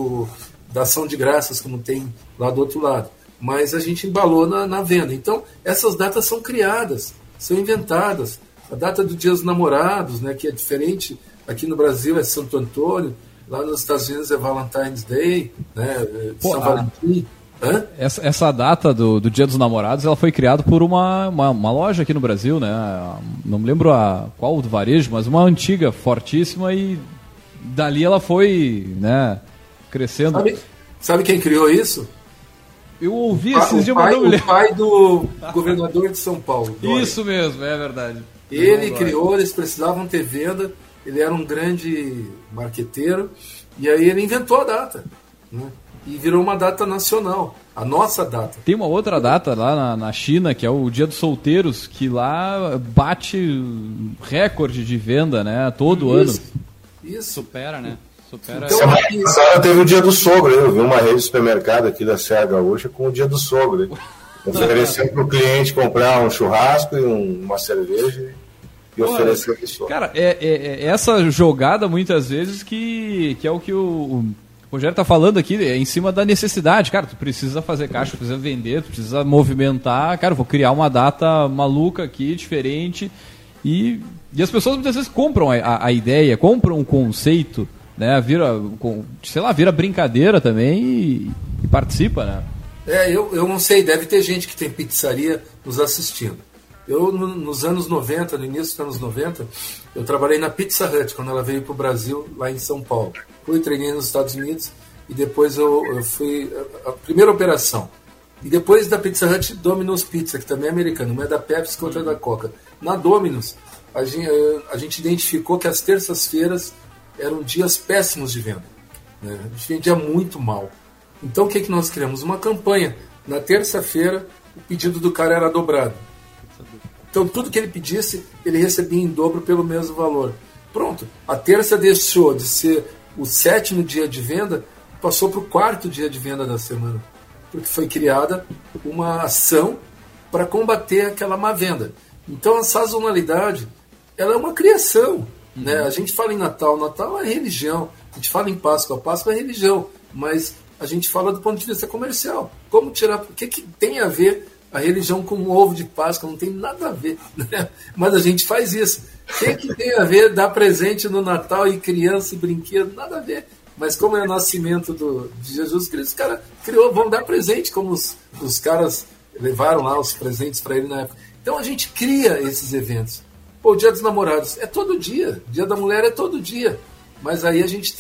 S4: da ação de graças como tem lá do outro lado, mas a gente embalou na venda. Então essas datas são criadas, são inventadas. A data do Dia dos Namorados, né, que é diferente, aqui no Brasil é Santo Antônio, lá nos Estados Unidos é Valentine's Day, né, São Valentim.
S1: Essa data do Dia dos Namorados, ela foi criada por uma loja aqui no Brasil, né? Não me lembro qual do varejo, mas uma antiga, fortíssima, e dali ela foi, né, crescendo.
S4: Sabe quem criou isso?
S1: Eu ouvi esses dias, mas não me lembro.
S4: O pai do governador de São Paulo. Dória.
S1: Isso mesmo, é verdade.
S4: Ele criou, eles precisavam ter venda, ele era um grande marqueteiro, e aí ele inventou a data, né? E virou uma data nacional, a nossa data.
S1: Tem uma outra data lá na China, que é o Dia dos Solteiros, que lá bate recorde de venda, né? Todo ano.
S4: Isso.
S3: Supera, né? Supera.
S5: Então, agora teve o Dia do Sogro, eu vi uma rede de supermercado aqui da Serra Gaúcha com o Dia do Sogro, oferecendo para o cliente comprar um churrasco e uma cerveja e oferecer para o sogro.
S1: Cara, essa jogada muitas vezes que é o que o Rogério está falando aqui, é em cima da necessidade. Cara, tu precisa fazer caixa, tu precisa vender, tu precisa movimentar. Cara, vou criar uma data maluca aqui, diferente. E as pessoas muitas vezes compram a ideia, compram um conceito, né? Vira brincadeira também e participa, né?
S4: Eu não sei, deve ter gente que tem pizzaria nos assistindo. Eu, nos anos 90, no início dos anos 90, eu trabalhei na Pizza Hut, quando ela veio para o Brasil, lá em São Paulo. Treinei nos Estados Unidos e depois eu fui a primeira operação. E depois da Pizza Hut, Domino's Pizza, que também é americana, uma é da Pepsi, outra é da Coca. Na Domino's, a gente identificou que as terças-feiras eram dias péssimos de venda, né? A gente vendia muito mal. Então o que nós criamos? Uma campanha. Na terça-feira, o pedido do cara era dobrado. Então tudo que ele pedisse, ele recebia em dobro pelo mesmo valor. Pronto, a terça deixou de ser o 7º dia de venda, passou para o 4º dia de venda da semana, porque foi criada uma ação para combater aquela má venda. Então a sazonalidade, ela é uma criação, né? A gente fala em Natal é religião, a gente fala em Páscoa é religião, mas a gente fala do ponto de vista comercial. Como tirar, o que tem a ver a religião com o ovo de Páscoa? Não tem nada a ver, né? Mas a gente faz isso. O que tem a ver dar presente no Natal e criança e brinquedo? Nada a ver. Mas como é o nascimento de Jesus Cristo, os caras vão dar presente, como os caras levaram lá os presentes para ele na época. Então a gente cria esses eventos. O Dia dos Namorados é todo dia, Dia da Mulher é todo dia. Mas aí a gente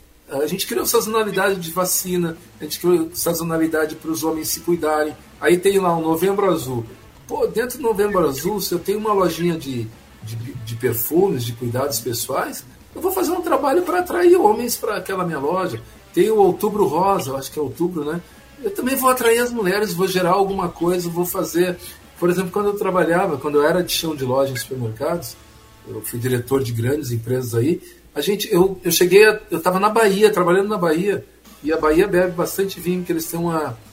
S4: criou sazonalidade de vacina, a gente criou sazonalidade para os homens se cuidarem. Aí tem lá o Novembro Azul. Dentro do Novembro Azul, se eu tenho uma lojinha de perfumes, de cuidados pessoais, eu vou fazer um trabalho para atrair homens para aquela minha loja. Tem o Outubro Rosa, eu acho que é outubro, né? Eu também vou atrair as mulheres, vou gerar alguma coisa, vou fazer... Por exemplo, quando eu era de chão de loja em supermercados, eu fui diretor de grandes empresas aí, eu estava na Bahia, trabalhando na Bahia, e a Bahia bebe bastante vinho, porque eles têm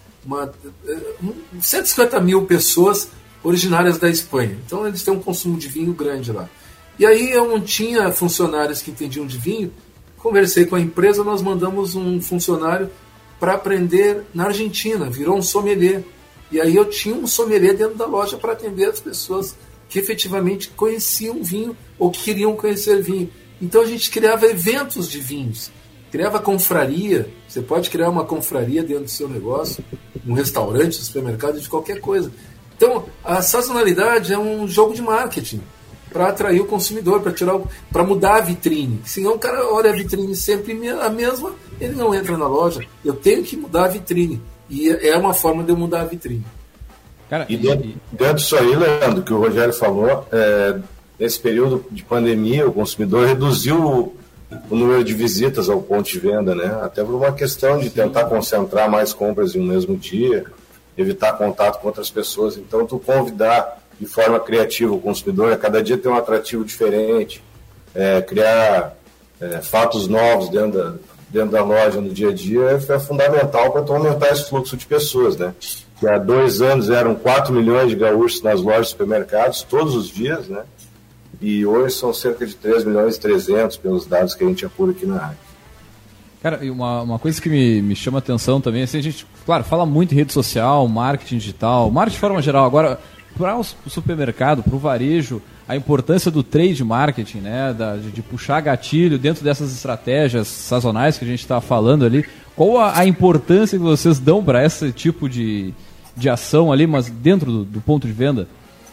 S4: 150 mil pessoas originárias da Espanha. Então eles têm um consumo de vinho grande lá. E aí eu não tinha funcionários que entendiam de vinho, conversei com a empresa, nós mandamos um funcionário para aprender na Argentina, virou um sommelier. E aí eu tinha um sommelier dentro da loja para atender as pessoas que efetivamente conheciam vinho ou que queriam conhecer vinho. Então a gente criava eventos de vinhos, criava confraria. Você pode criar uma confraria dentro do seu negócio, um restaurante, um supermercado, de qualquer coisa. Então a sazonalidade é um jogo de marketing para atrair o consumidor, para mudar a vitrine. Senão o cara olha a vitrine sempre a mesma, ele não entra na loja. Eu tenho que mudar a vitrine. E é uma forma de eu mudar a vitrine.
S5: Cara, e dentro disso aí, Leandro, que o Rogério falou, nesse período de pandemia, o consumidor reduziu o número de visitas ao ponto de venda, né? Até por uma questão de tentar concentrar mais compras em um mesmo dia, evitar contato com outras pessoas. Então, tu convidar de forma criativa o consumidor, a cada dia ter um atrativo diferente, criar fatos novos dentro da loja no dia a dia é fundamental para tu aumentar esse fluxo de pessoas, né? Que há 2 anos eram 4 milhões de gaúchos nas lojas de supermercados todos os dias, né? E hoje são cerca de 3 milhões e 300 pelos dados que a gente apura aqui na área.
S1: Cara, e uma coisa que me chama a atenção também, assim, a gente, claro, fala muito em rede social, marketing digital, marketing de forma geral. Agora, para o supermercado, para o varejo, a importância do trade marketing, né, de puxar gatilho dentro dessas estratégias sazonais que a gente está falando ali, qual a importância que vocês dão para esse tipo de ação ali, mas dentro do ponto de venda?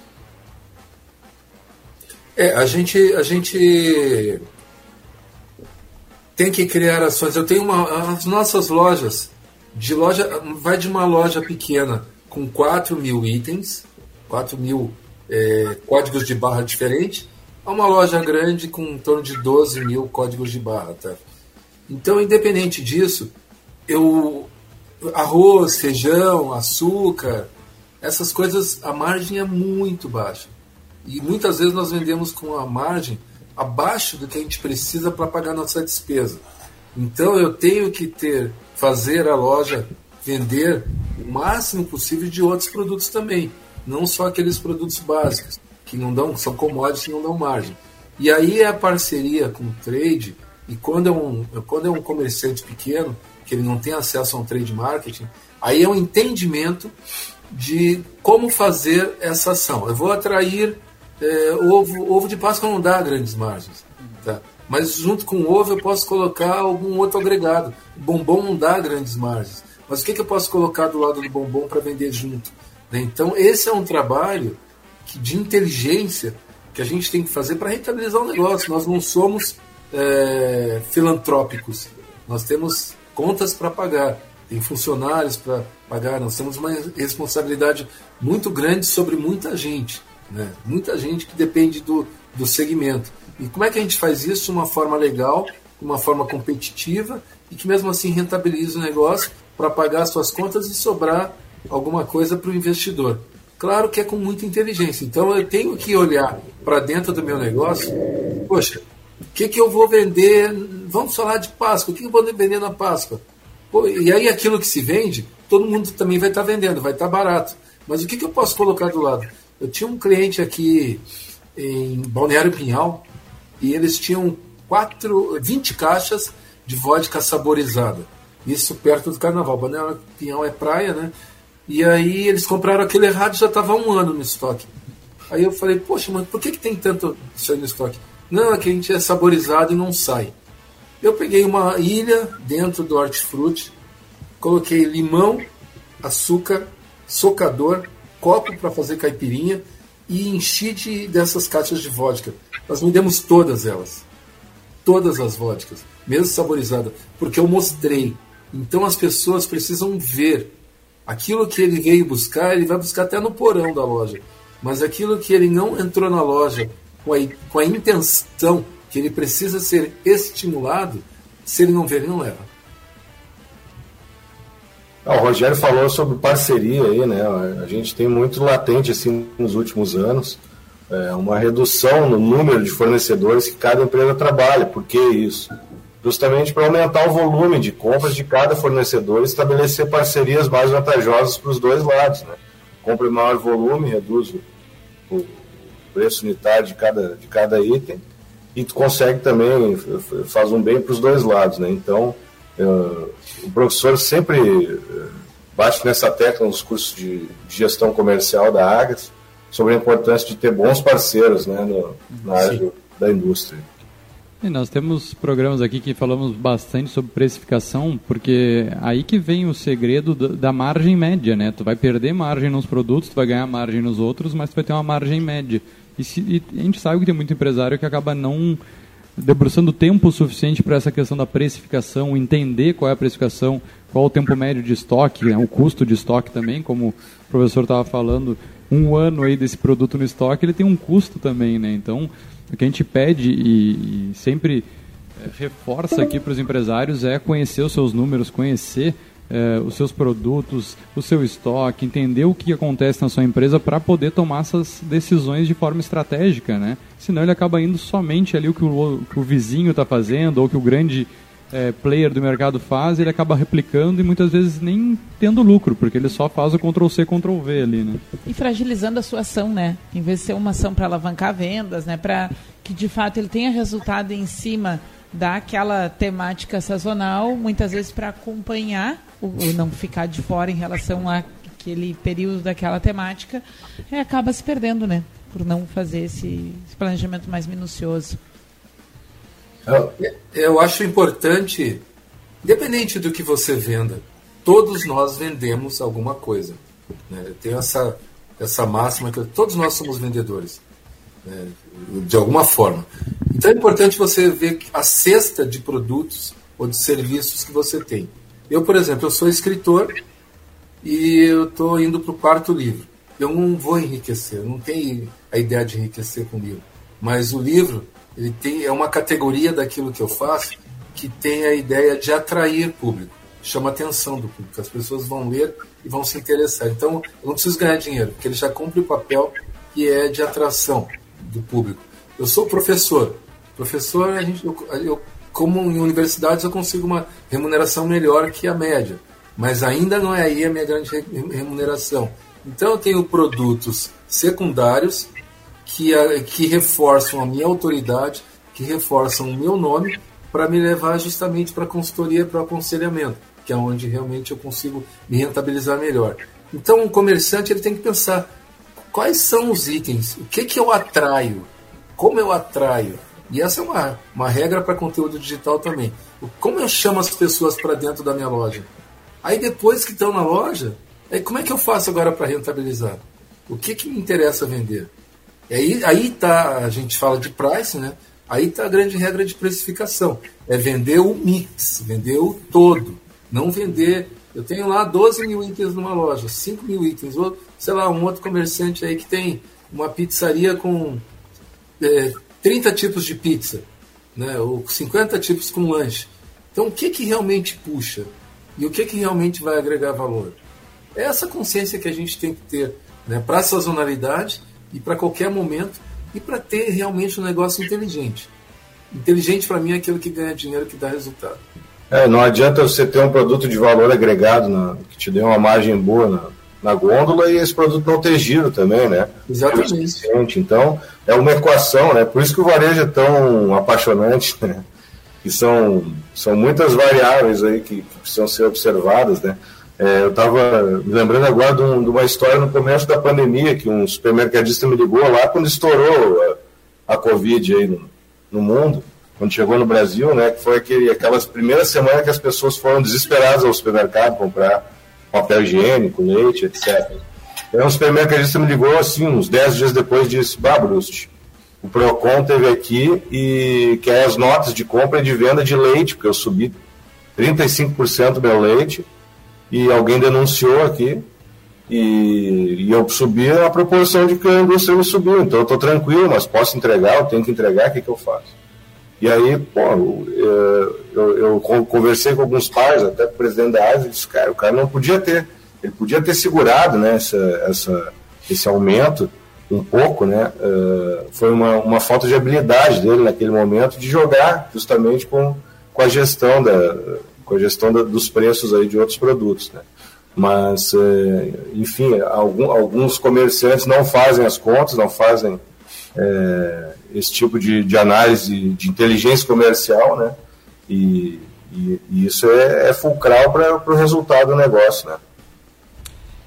S4: A gente tem que criar ações. Eu tenho as nossas lojas, vai de uma loja pequena com 4.000 itens, 4.000 códigos de barra diferentes, a uma loja grande com em torno de 12.000 códigos de barra. Tá? Então, independente disso, arroz, feijão, açúcar, essas coisas, a margem é muito baixa. E muitas vezes nós vendemos com a margem abaixo do que a gente precisa para pagar nossa despesa. Então eu tenho que fazer a loja vender o máximo possível de outros produtos também, não só aqueles produtos básicos, que não dão, são commodities que não dão margem. E aí é a parceria com o trade, e quando é um comerciante pequeno, que ele não tem acesso a um trade marketing, aí é um entendimento de como fazer essa ação. Eu vou atrair ovo de Páscoa não dá grandes margens, tá? Mas junto com o ovo eu posso colocar algum outro agregado. O bombom não dá grandes margens, mas o que eu posso colocar do lado do bombom para vender junto, né? Então esse é um trabalho de inteligência que a gente tem que fazer para rentabilizar o negócio. Nós não somos filantrópicos, nós temos contas para pagar, tem funcionários para pagar, nós temos uma responsabilidade muito grande sobre muita gente, né? Muita gente que depende do segmento. E como é que a gente faz isso de uma forma legal, de uma forma competitiva e que mesmo assim rentabiliza o negócio para pagar as suas contas e sobrar alguma coisa para o investidor? Claro que é com muita inteligência. Então eu tenho que olhar para dentro do meu negócio. Poxa, o que eu vou vender? Vamos falar de Páscoa. O que eu vou vender na Páscoa? Pô, e aí aquilo que se vende, todo mundo também vai estar vendendo, vai estar barato. Mas o que eu posso colocar do lado? Eu tinha um cliente aqui em Balneário Pinhal e eles tinham 20 caixas de vodka saborizada. Isso perto do Carnaval. Balneário Pinhal é praia, né? E aí eles compraram aquele errado e já estava há 1 ano no estoque. Aí eu falei, poxa, mas por que tem tanto isso aí no estoque? Não, é que a gente é saborizado e não sai. Eu peguei uma ilha dentro do hortifruti, coloquei limão, açúcar, socador, copo para fazer caipirinha e enchi dessas caixas de vodka. Nós vendemos todas elas. Todas as vodkas, mesmo saborizadas, porque eu mostrei. Então as pessoas precisam ver. Aquilo que ele veio buscar, ele vai buscar até no porão da loja. Mas aquilo que ele não entrou na loja com a intenção que ele precisa ser estimulado, se ele não ver, ele não leva.
S5: O Rogério falou sobre parceria aí, né? A gente tem muito latente assim nos últimos anos, uma redução no número de fornecedores que cada empresa trabalha. Por que isso? Justamente para aumentar o volume de compras de cada fornecedor e estabelecer parcerias mais vantajosas para os dois lados, né? Compra em maior volume, reduz o preço unitário de cada item e tu consegue também, faz um bem para os dois lados, né? Então, o professor sempre bate nessa tecla nos cursos de gestão comercial da Agres, sobre a importância de ter bons parceiros, né, na área da indústria.
S3: E nós temos programas aqui que falamos bastante sobre precificação, porque aí que vem o segredo da margem média, né? Tu vai perder margem nos produtos, tu vai ganhar margem nos outros, mas tu vai ter uma margem média. E a gente sabe que tem muito empresário que acaba não debruçando tempo suficiente para essa questão da precificação, entender qual é a precificação, qual é o tempo médio de estoque, né? O custo de estoque também, como o professor estava falando, 1 ano aí desse produto no estoque, ele tem um custo também, né? Então, o que a gente pede e sempre reforça aqui para os empresários é conhecer os seus números, conhecer os seus produtos, o seu estoque, entender o que acontece na sua empresa para poder tomar essas decisões de forma estratégica, né? Senão ele acaba indo somente ali o que o vizinho está fazendo ou que o grande player do mercado faz, ele acaba replicando e muitas vezes nem tendo lucro, porque ele só faz o Ctrl-C, Ctrl-V ali, né?
S2: E fragilizando a sua ação, né? Em vez de ser uma ação para alavancar vendas, né? Para que de fato ele tenha resultado em cima daquela temática sazonal, muitas vezes para acompanhar ou não ficar de fora em relação àquele período daquela temática, acaba se perdendo, né? Por não fazer esse planejamento mais minucioso.
S4: Eu acho importante, independente do que você venda, todos nós vendemos alguma coisa, né? Eu tenho essa máxima que todos nós somos vendedores, né? De alguma forma. Então é importante você ver a cesta de produtos ou de serviços que você tem. Eu, por exemplo, eu sou escritor e eu estou indo para o 4º livro. Eu não vou enriquecer, eu não tenho a ideia de enriquecer com o livro, mas o livro é uma categoria daquilo que eu faço que tem a ideia de atrair público, chama a atenção do público, as pessoas vão ler e vão se interessar. Então, eu não preciso ganhar dinheiro, porque ele já cumpre o papel que é de atração do público. Eu sou professor, eu como em universidades eu consigo uma remuneração melhor que a média, mas ainda não é aí a minha grande remuneração. Então, eu tenho produtos secundários que reforçam a minha autoridade, que reforçam o meu nome, para me levar justamente para a consultoria, para o aconselhamento, que é onde realmente eu consigo me rentabilizar melhor. Então, o comerciante ele tem que pensar quais são os itens, o que eu atraio, como eu atraio. E essa é uma regra para conteúdo digital também. Como eu chamo as pessoas para dentro da minha loja? Aí, depois que estão na loja, como é que eu faço agora para rentabilizar? O que me interessa vender? E aí tá, a gente fala de price, né? Aí está a grande regra de precificação. É vender o mix, vender o todo. Não vender... Eu tenho lá 12 mil itens numa loja, 5 mil itens. Ou, sei lá, um outro comerciante aí que tem uma pizzaria com 30 tipos de pizza, né? Ou 50 tipos com lanche. Então, o que realmente puxa? E o que realmente vai agregar valor? É essa consciência que a gente tem que ter, né? Para a sazonalidade e para qualquer momento, e para ter realmente um negócio inteligente. Inteligente, para mim, é aquilo que ganha dinheiro, que dá resultado.
S5: Não adianta você ter um produto de valor agregado, que te dê uma margem boa na gôndola, e esse produto não ter giro também, né?
S4: Exatamente.
S5: Então, é uma equação, né? Por isso que o varejo é tão apaixonante, né? E são muitas variáveis aí que precisam ser observadas, né? Eu estava me lembrando agora de uma história no começo da pandemia, que um supermercadista me ligou lá quando estourou a Covid aí no mundo, quando chegou no Brasil, né, que foi aquelas primeiras semanas que as pessoas foram desesperadas ao supermercado comprar papel higiênico, leite, etc. Aí um supermercadista me ligou assim, uns 10 dias depois, disse: Brust, o Procon teve aqui e quer as notas de compra e de venda de leite, porque eu subi 35% do meu leite, e alguém denunciou aqui, e eu subi a proporção de que a indústria me subiu. Então eu estou tranquilo, mas posso entregar, eu tenho que entregar, o que eu faço? E aí, eu conversei com alguns pais, até com o presidente da ASA, e disse: cara, o cara não podia ter, ele podia ter segurado, né, esse aumento um pouco, né? Foi uma falta de habilidade dele naquele momento de jogar justamente com a gestão dos preços aí de outros produtos, né? Mas, enfim, alguns comerciantes não fazem as contas, não fazem esse tipo de análise de inteligência comercial, né? E isso é fulcral para o resultado do negócio, né?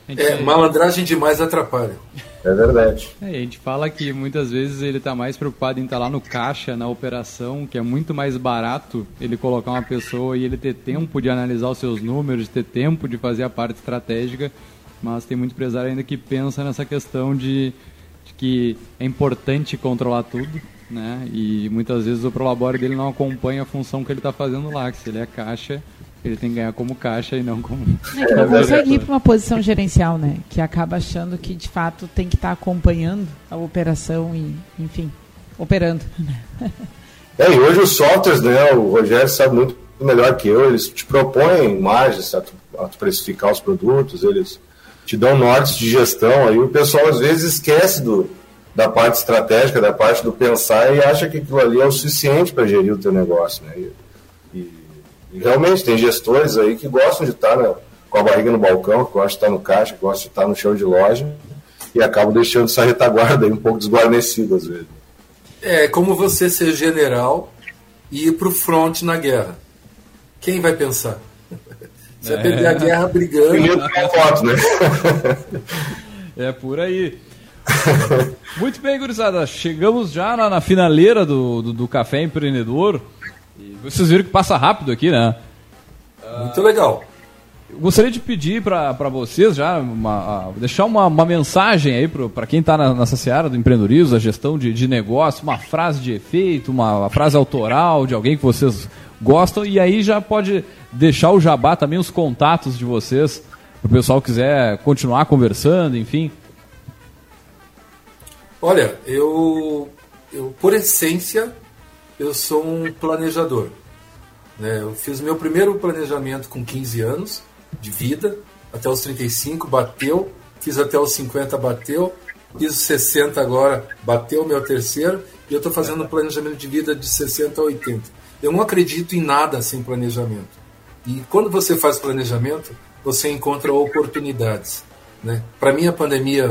S4: Malandragem demais atrapalha.
S5: É verdade.
S3: A gente fala que muitas vezes ele está mais preocupado em estar lá no caixa, na operação, que é muito mais barato ele colocar uma pessoa e ele ter tempo de analisar os seus números, ter tempo de fazer a parte estratégica, mas tem muito empresário ainda que pensa nessa questão de que é importante controlar tudo, né? E muitas vezes o prolabore dele não acompanha a função que ele está fazendo lá, que se ele é caixa, ele tem que ganhar como caixa e não como...
S2: que não consegue ir para uma posição gerencial, né? Que acaba achando que, de fato, tem que estar acompanhando a operação e, enfim, operando.
S5: E hoje os softwares, né? O Rogério sabe muito melhor que eu, eles te propõem margens a tu precificar os produtos, eles te dão nortes de gestão, aí o pessoal às vezes esquece da parte estratégica, da parte do pensar e acha que aquilo ali é o suficiente para gerir o teu negócio, né? E realmente tem gestores aí que gostam de estar com a barriga no balcão, que gostam de estar no caixa, que gostam de estar no chão de loja e acabam deixando essa retaguarda aí um pouco desguarnecida às vezes.
S4: É como você ser general e ir para o front na guerra. Quem vai pensar? Você vai perder a guerra brigando.
S5: Primeiro foto, né?
S1: É por aí. Muito bem, gurizada. Chegamos já na finaleira do Café Empreendedor. E vocês viram que passa rápido aqui, né?
S4: Muito legal.
S1: Eu gostaria de pedir para vocês já deixar uma mensagem aí para quem está nessa seara do empreendedorismo, da gestão de negócio, uma frase de efeito, uma frase autoral de alguém que vocês gostam, e aí já pode deixar o jabá também, os contatos de vocês, para o pessoal que quiser continuar conversando, enfim.
S4: Olha, eu por essência, eu sou um planejador. Né? Eu fiz meu primeiro planejamento com 15 anos de vida, até os 35, bateu, fiz até os 50, bateu, fiz os 60 agora, bateu meu terceiro, e eu estou fazendo um planejamento de vida de 60 a 80. Eu não acredito em nada sem planejamento. E quando você faz planejamento, você encontra oportunidades. Né? Para mim, a pandemia,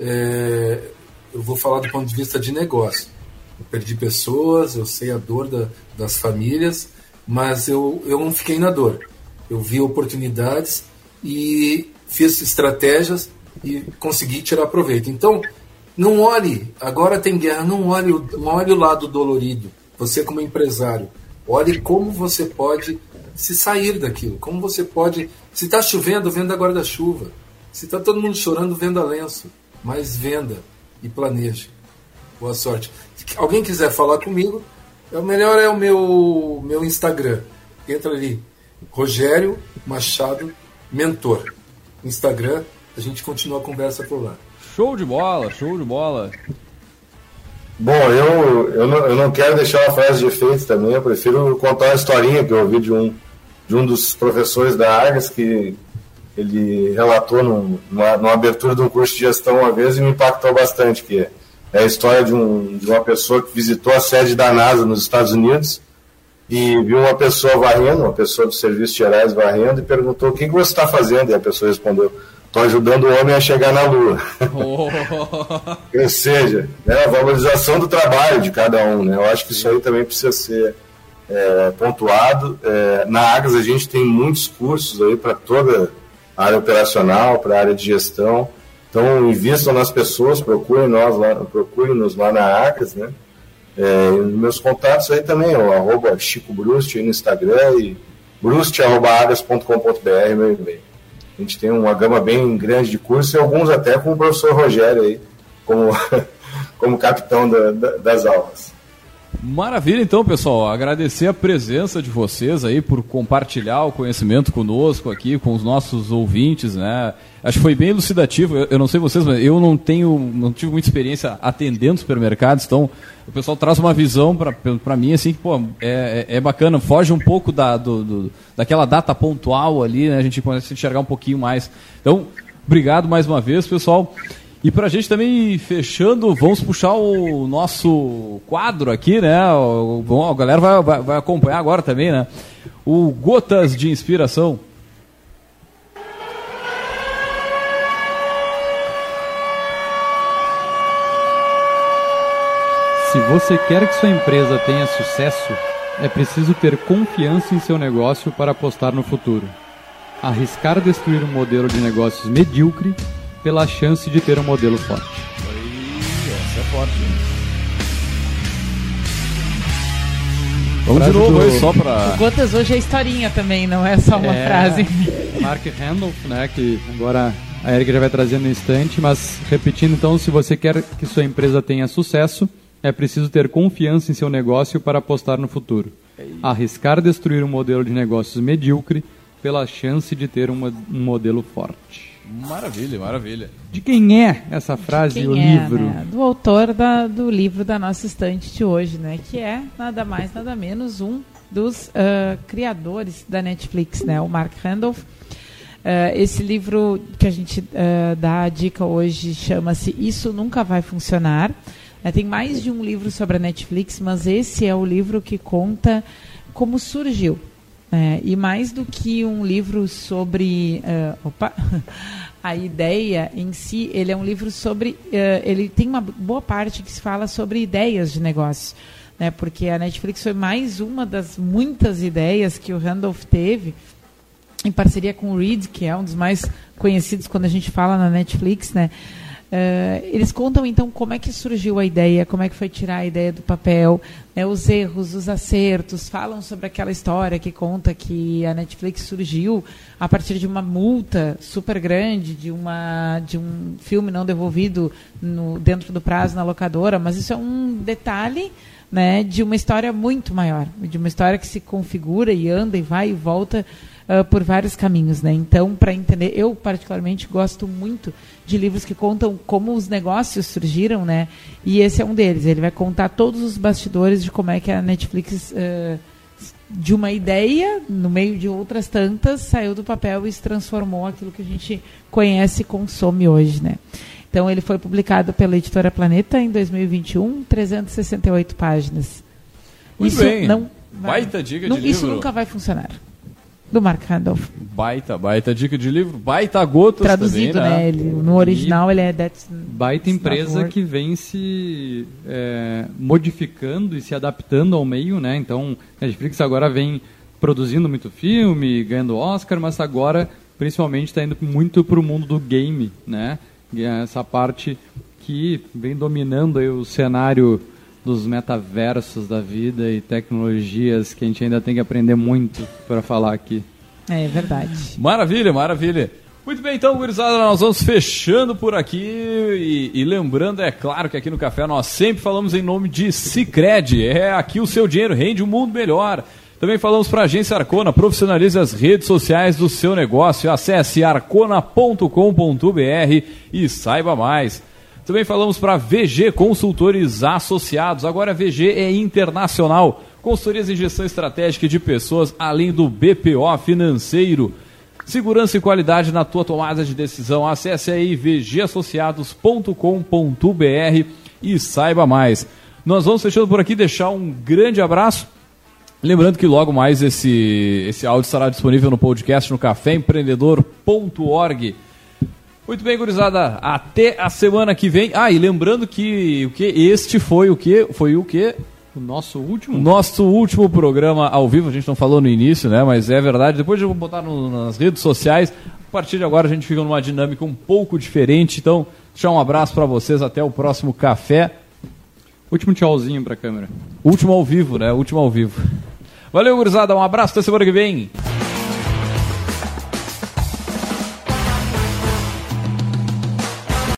S4: eu vou falar do ponto de vista de negócio. Eu perdi pessoas, eu sei a dor das famílias, mas eu não fiquei na dor. Eu vi oportunidades e fiz estratégias e consegui tirar proveito. Então, não olhe, agora tem guerra, não olhe o lado dolorido. Você como empresário, olhe como você pode se sair daquilo, como você pode... Se está chovendo, venda guarda-chuva. Se está todo mundo chorando, venda lenço. Mas venda e planeje. Boa sorte. Se alguém quiser falar comigo, o melhor é o meu Instagram. Entra ali, Rogério Machado Mentor. Instagram, a gente continua a conversa por lá.
S1: Show de bola, show de bola.
S5: Bom, eu não quero deixar uma frase de efeito também, eu prefiro contar uma historinha que eu ouvi de um dos professores da Argas, que ele relatou numa abertura de um curso de gestão uma vez e me impactou bastante, que é a história de uma pessoa que visitou a sede da NASA nos Estados Unidos e viu uma pessoa varrendo, uma pessoa dos serviços gerais varrendo, e perguntou: o que você está fazendo? E a pessoa respondeu: estou ajudando o homem a chegar na Lua. Ou seja, né, a valorização do trabalho de cada um. Né? Eu acho que isso aí também precisa ser pontuado. Na Argas a gente tem muitos cursos aí para toda a área operacional, para a área de gestão. Então, invistam nas pessoas, procurem-nos lá na Argas, né? Meus contatos aí também, o @Chico Brust aí no Instagram e brust@argas.com.br, meu e-mail. A gente tem uma gama bem grande de cursos e alguns até com o professor Rogério aí, como capitão das aulas.
S1: Maravilha, então, pessoal. Agradecer a presença de vocês aí por compartilhar o conhecimento conosco aqui, com os nossos ouvintes, né? Acho que foi bem elucidativo. Eu não sei vocês, mas eu não tive muita experiência atendendo supermercados, então o pessoal traz uma visão para mim, assim, que, pô, é bacana, foge um pouco daquela data pontual ali, né? A gente começa a enxergar um pouquinho mais. Então, obrigado mais uma vez, pessoal. E pra gente também, fechando, vamos puxar o nosso quadro aqui, né? A galera vai acompanhar agora também, né? O Gotas de Inspiração.
S3: Se você quer que sua empresa tenha sucesso, é preciso ter confiança em seu negócio para apostar no futuro. Arriscar destruir um modelo de negócios medíocre pela chance de ter um modelo forte.
S1: Essa é forte, hein? Vamos de novo aí só pra...
S2: O Gotas hoje é historinha também, não é só uma frase.
S3: Mark Randolph, né, que agora a Erika já vai trazer no instante, mas repetindo então, se você quer que sua empresa tenha sucesso, é preciso ter confiança em seu negócio para apostar no futuro. Arriscar destruir um modelo de negócios medíocre pela chance de ter um modelo forte.
S1: Maravilha, maravilha.
S3: De quem é essa frase e o livro?
S2: Né? Do autor do livro da nossa estante de hoje, né? Que é nada mais, nada menos um dos criadores da Netflix, né? O Mark Randolph. Esse livro que a gente dá a dica hoje chama-se Isso Nunca Vai Funcionar. Tem mais de um livro sobre a Netflix, mas esse é o livro que conta como surgiu. E mais do que um livro sobre a ideia em si, ele é um livro sobre... ele tem uma boa parte que se fala sobre ideias de negócio. Né? Porque a Netflix foi mais uma das muitas ideias que o Randolph teve em parceria com o Reed, que é um dos mais conhecidos quando a gente fala na Netflix, né? Eles contam então como é que surgiu a ideia, como é que foi tirar a ideia do papel, os erros, os acertos, falam sobre aquela história que conta que a Netflix surgiu a partir de uma multa super grande, de um filme não devolvido dentro do prazo na locadora, mas isso é um detalhe, né, de uma história muito maior, de uma história que se configura e anda e vai e volta por vários caminhos, né? Então, para entender, eu particularmente gosto muito de livros que contam como os negócios surgiram, né? E esse é um deles. Ele vai contar todos os bastidores de como é que a Netflix, de uma ideia, no meio de outras tantas, saiu do papel e se transformou aquilo que a gente conhece e consome hoje, né? Então, ele foi publicado pela Editora Planeta em 2021, 368 páginas.
S1: Muito
S2: isso
S1: bem.
S2: Não
S1: baita dica de livro.
S2: Isso nunca vai funcionar. Do Mark Randolph.
S1: Baita dica de livro. Baita Gotas
S2: traduzido,
S1: também,
S2: né? No original ele é...
S3: Baita empresa que vem se modificando e se adaptando ao meio, né? Então, a Netflix agora vem produzindo muito filme, ganhando Oscar, mas agora, principalmente, está indo muito para o mundo do game, né? Essa parte que vem dominando aí o cenário dos metaversos da vida e tecnologias que a gente ainda tem que aprender muito para falar aqui.
S2: É verdade.
S1: Maravilha, maravilha. Muito bem, então, gurizada, nós vamos fechando por aqui e lembrando, é claro, que aqui no Café nós sempre falamos em nome de Sicredi. Aqui o seu dinheiro rende um mundo melhor. Também falamos para a Agência Arcona, profissionalize as redes sociais do seu negócio. Acesse arcona.com.br e saiba mais. Também falamos para VG Consultores Associados. Agora a VG é internacional. Consultorias em gestão estratégica de pessoas, além do BPO financeiro. Segurança e qualidade na tua tomada de decisão. Acesse aí vgassociados.com.br e saiba mais. Nós vamos fechando por aqui, deixar um grande abraço. Lembrando que logo mais esse áudio estará disponível no podcast no caféempreendedor.org. Muito bem, gurizada, até a semana que vem. E lembrando que este foi o quê? Foi o quê?
S3: O nosso último?
S1: Nosso último programa ao vivo, a gente não falou no início, né? Mas é verdade, depois eu vou botar nas redes sociais. A partir de agora a gente fica numa dinâmica um pouco diferente. Então, deixar um abraço para vocês, até o próximo café.
S3: Último tchauzinho pra câmera.
S1: Último ao vivo, né? Último ao vivo. Valeu, gurizada, um abraço, até semana que vem.